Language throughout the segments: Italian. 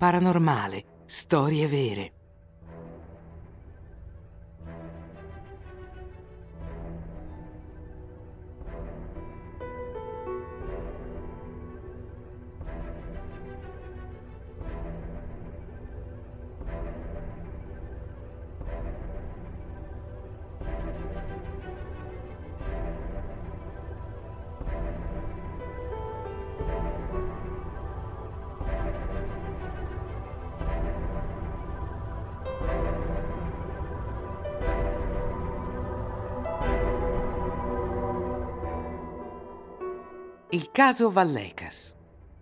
paranormale, storie vere. Il caso Vallecas.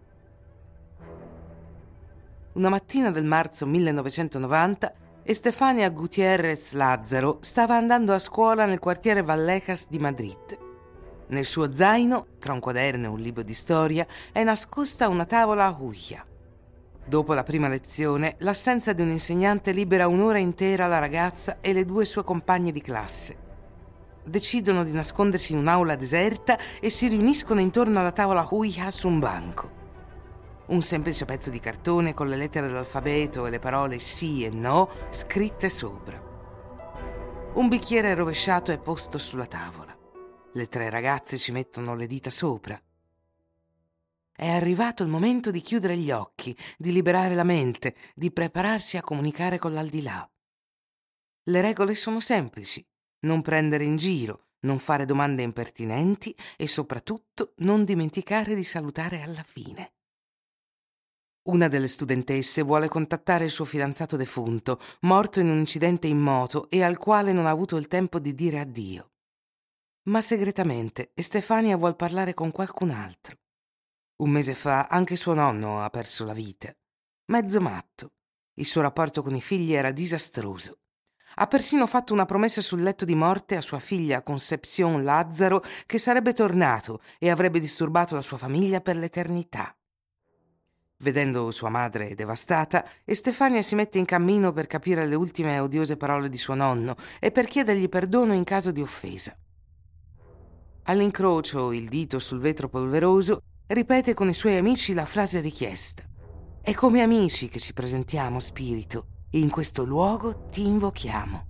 Una mattina del marzo 1990, Estefania Gutiérrez Lázaro stava andando a scuola nel quartiere Vallecas di Madrid. Nel suo zaino, tra un quaderno e un libro di storia, è nascosta una tavola a Ouija. Dopo la prima lezione, l'assenza di un insegnante libera un'ora intera la ragazza e le due sue compagne di classe. Decidono di nascondersi in un'aula deserta e si riuniscono intorno alla tavola Ouija su un banco. Un semplice pezzo di cartone con le lettere dell'alfabeto e le parole sì e no scritte sopra. Un bicchiere rovesciato è posto sulla tavola. Le tre ragazze ci mettono le dita sopra. È arrivato il momento di chiudere gli occhi, di liberare la mente, di prepararsi a comunicare con l'aldilà. Le regole sono semplici. Non prendere in giro, non fare domande impertinenti e soprattutto non dimenticare di salutare alla fine. Una delle studentesse vuole contattare il suo fidanzato defunto, morto in un incidente in moto e al quale non ha avuto il tempo di dire addio. Ma segretamente Estefania vuol parlare con qualcun altro. Un mese fa anche suo nonno ha perso la vita. Mezzo matto. Il suo rapporto con i figli era disastroso. Ha persino fatto una promessa sul letto di morte a sua figlia Concepción Lázaro che sarebbe tornato e avrebbe disturbato la sua famiglia per l'eternità. Vedendo sua madre devastata, Estefania si mette in cammino per capire le ultime odiose parole di suo nonno e per chiedergli perdono in caso di offesa. All'incrocio, il dito sul vetro polveroso, ripete con i suoi amici la frase richiesta. È come amici che ci presentiamo, spirito. In questo luogo ti invochiamo.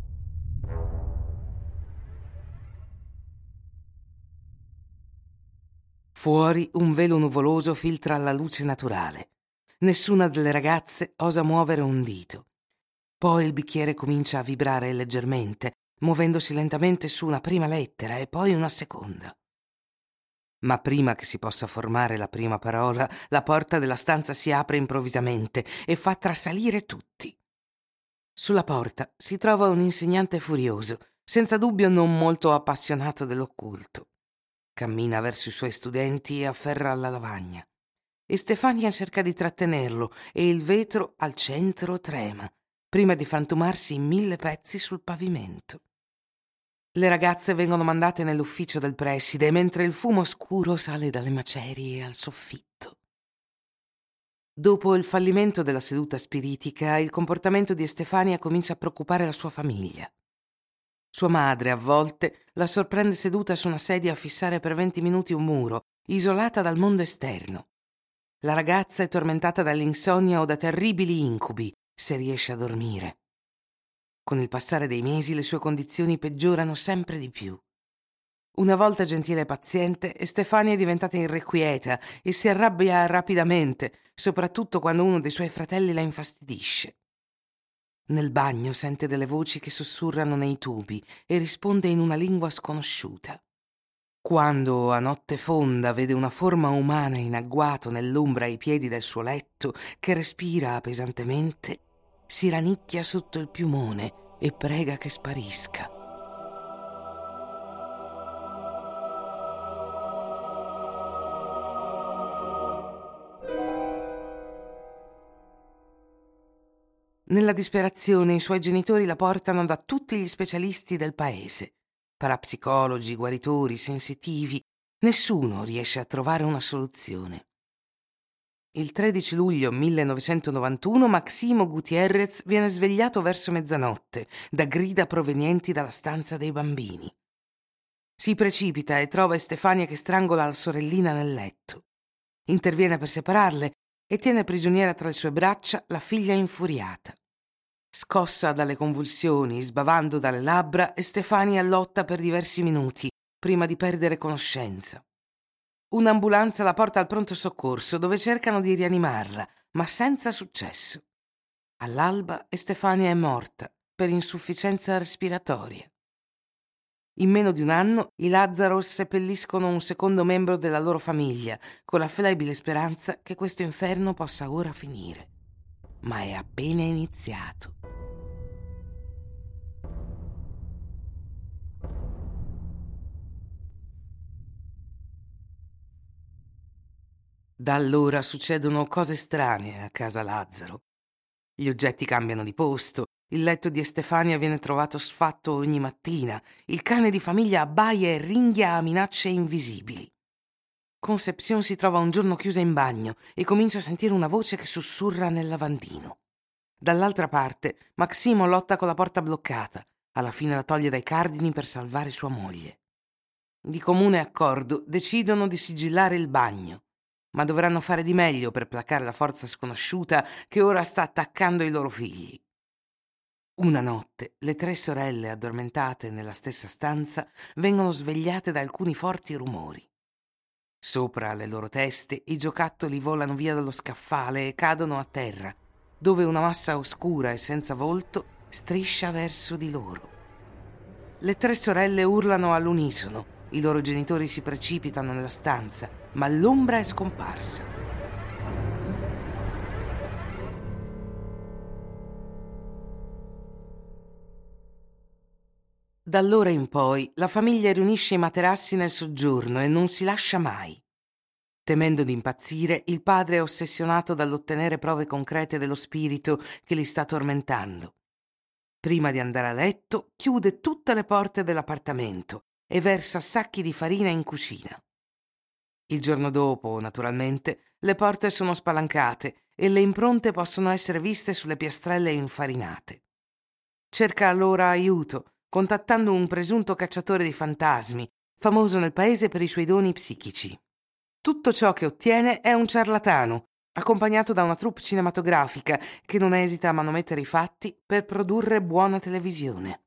Fuori un velo nuvoloso filtra la luce naturale. Nessuna delle ragazze osa muovere un dito. Poi il bicchiere comincia a vibrare leggermente, muovendosi lentamente su una prima lettera e poi una seconda. Ma prima che si possa formare la prima parola, la porta della stanza si apre improvvisamente e fa trasalire tutti. Sulla porta si trova un insegnante furioso, senza dubbio non molto appassionato dell'occulto. Cammina verso i suoi studenti e afferra la lavagna. E Stefania cerca di trattenerlo e il vetro al centro trema, prima di frantumarsi in 1000 pezzi sul pavimento. Le ragazze vengono mandate nell'ufficio del preside, mentre il fumo scuro sale dalle macerie al soffitto. Dopo il fallimento della seduta spiritica, il comportamento di Estefania comincia a preoccupare la sua famiglia. Sua madre, a volte, la sorprende seduta su una sedia a fissare per 20 minuti un muro, isolata dal mondo esterno. La ragazza è tormentata dall'insonnia o da terribili incubi, se riesce a dormire. Con il passare dei mesi le sue condizioni peggiorano sempre di più. Una volta gentile e paziente, Estefania è diventata irrequieta e si arrabbia rapidamente, soprattutto quando uno dei suoi fratelli la infastidisce. Nel bagno sente delle voci che sussurrano nei tubi e risponde in una lingua sconosciuta. Quando a notte fonda vede una forma umana in agguato nell'ombra ai piedi del suo letto che respira pesantemente, si rannicchia sotto il piumone e prega che sparisca. Nella disperazione i suoi genitori la portano da tutti gli specialisti del paese, parapsicologi, guaritori, sensitivi. Nessuno riesce a trovare una soluzione. Il 13 luglio 1991 Maximo Gutiérrez viene svegliato verso mezzanotte da grida provenienti dalla stanza dei bambini. Si precipita e trova Estefania che strangola la sorellina nel letto. Interviene per separarle, e tiene prigioniera tra le sue braccia la figlia infuriata. Scossa dalle convulsioni, sbavando dalle labbra, Stefania lotta per diversi minuti prima di perdere conoscenza. Un'ambulanza la porta al pronto soccorso, dove cercano di rianimarla, ma senza successo. All'alba Stefania è morta per insufficienza respiratoria. In meno di un anno i Lazzaros seppelliscono un secondo membro della loro famiglia, con la flebile speranza che questo inferno possa ora finire. Ma è appena iniziato. Da allora succedono cose strane a casa Lazzaro. Gli oggetti cambiano di posto, il letto di Stefania viene trovato sfatto ogni mattina, il cane di famiglia abbaia e ringhia a minacce invisibili. Concepción si trova un giorno chiusa in bagno e comincia a sentire una voce che sussurra nel lavandino. Dall'altra parte, Maximo lotta con la porta bloccata. Alla fine la toglie dai cardini per salvare sua moglie. Di comune accordo decidono di sigillare il bagno, ma dovranno fare di meglio per placare la forza sconosciuta che ora sta attaccando i loro figli. Una notte, le 3 sorelle, addormentate nella stessa stanza, vengono svegliate da alcuni forti rumori. Sopra le loro teste i giocattoli volano via dallo scaffale e cadono a terra, dove una massa oscura e senza volto striscia verso di loro. Le 3 sorelle urlano all'unisono. I loro genitori si precipitano nella stanza, ma l'ombra è scomparsa. Da allora in poi la famiglia riunisce i materassi nel soggiorno e non si lascia mai. Temendo di impazzire, il padre è ossessionato dall'ottenere prove concrete dello spirito che li sta tormentando. Prima di andare a letto, chiude tutte le porte dell'appartamento e versa sacchi di farina in cucina. Il giorno dopo, naturalmente, le porte sono spalancate e le impronte possono essere viste sulle piastrelle infarinate. Cerca allora aiuto, contattando un presunto cacciatore di fantasmi, famoso nel paese per i suoi doni psichici. Tutto ciò che ottiene è un ciarlatano, accompagnato da una troupe cinematografica che non esita a manomettere i fatti per produrre buona televisione.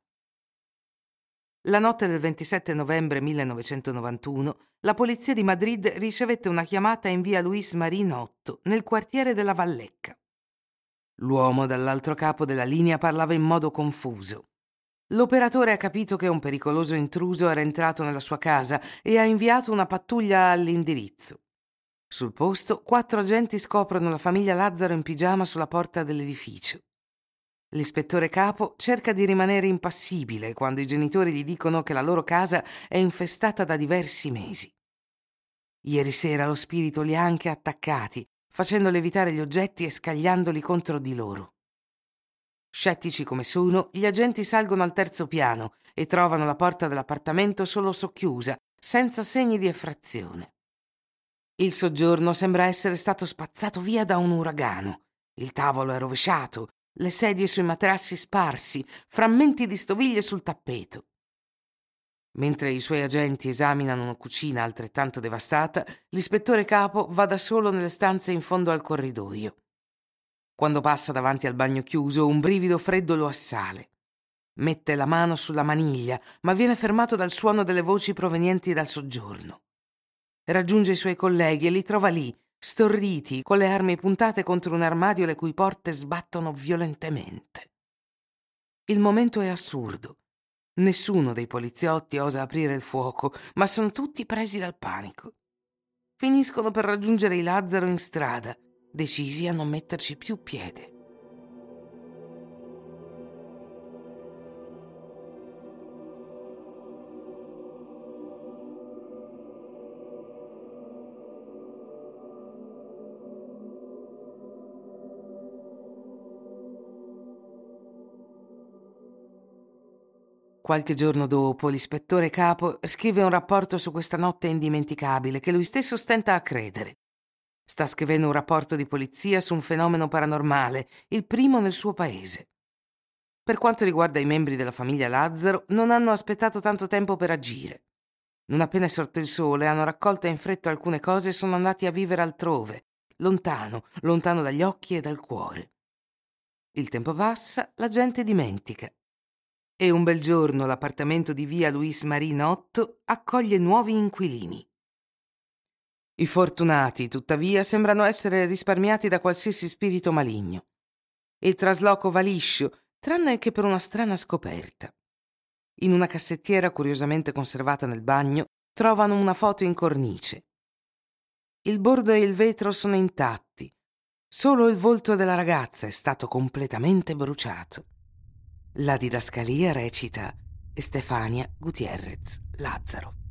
La notte del 27 novembre 1991, la polizia di Madrid ricevette una chiamata in via Luis Marín 8, nel quartiere della Vallecca. L'uomo dall'altro capo della linea parlava in modo confuso. L'operatore ha capito che un pericoloso intruso era entrato nella sua casa e ha inviato una pattuglia all'indirizzo. Sul posto, 4 agenti scoprono la famiglia Lazzaro in pigiama sulla porta dell'edificio. L'ispettore capo cerca di rimanere impassibile quando i genitori gli dicono che la loro casa è infestata da diversi mesi. Ieri sera lo spirito li ha anche attaccati, facendo levitare gli oggetti e scagliandoli contro di loro. Scettici come sono, gli agenti salgono al 3° piano e trovano la porta dell'appartamento solo socchiusa, senza segni di effrazione. Il soggiorno sembra essere stato spazzato via da un uragano. Il tavolo è rovesciato, le sedie sui materassi sparsi, frammenti di stoviglie sul tappeto. Mentre i suoi agenti esaminano una cucina altrettanto devastata, l'ispettore capo va da solo nelle stanze in fondo al corridoio. Quando passa davanti al bagno chiuso, un brivido freddo lo assale. Mette la mano sulla maniglia, ma viene fermato dal suono delle voci provenienti dal soggiorno. Raggiunge i suoi colleghi e li trova lì, storditi, con le armi puntate contro un armadio le cui porte sbattono violentemente. Il momento è assurdo. Nessuno dei poliziotti osa aprire il fuoco, ma sono tutti presi dal panico. Finiscono per raggiungere i Lazzaro in strada, decisi a non metterci più piede. Qualche giorno dopo, l'ispettore capo scrive un rapporto su questa notte indimenticabile che lui stesso stenta a credere. Sta scrivendo un rapporto di polizia su un fenomeno paranormale, il primo nel suo paese. Per quanto riguarda i membri della famiglia Lazzaro, non hanno aspettato tanto tempo per agire. Non appena è sorto il sole, hanno raccolto in fretta alcune cose e sono andati a vivere altrove. lontano, lontano dagli occhi e dal cuore. Il tempo passa, la gente dimentica. E un bel giorno l'appartamento di via Luis Marin 8 accoglie nuovi inquilini. I fortunati, tuttavia, sembrano essere risparmiati da qualsiasi spirito maligno. Il trasloco va liscio, tranne che per una strana scoperta. In una cassettiera curiosamente conservata nel bagno trovano una foto in cornice. Il bordo e il vetro sono intatti. Solo il volto della ragazza è stato completamente bruciato. La didascalia recita Estefania Gutiérrez Lázaro.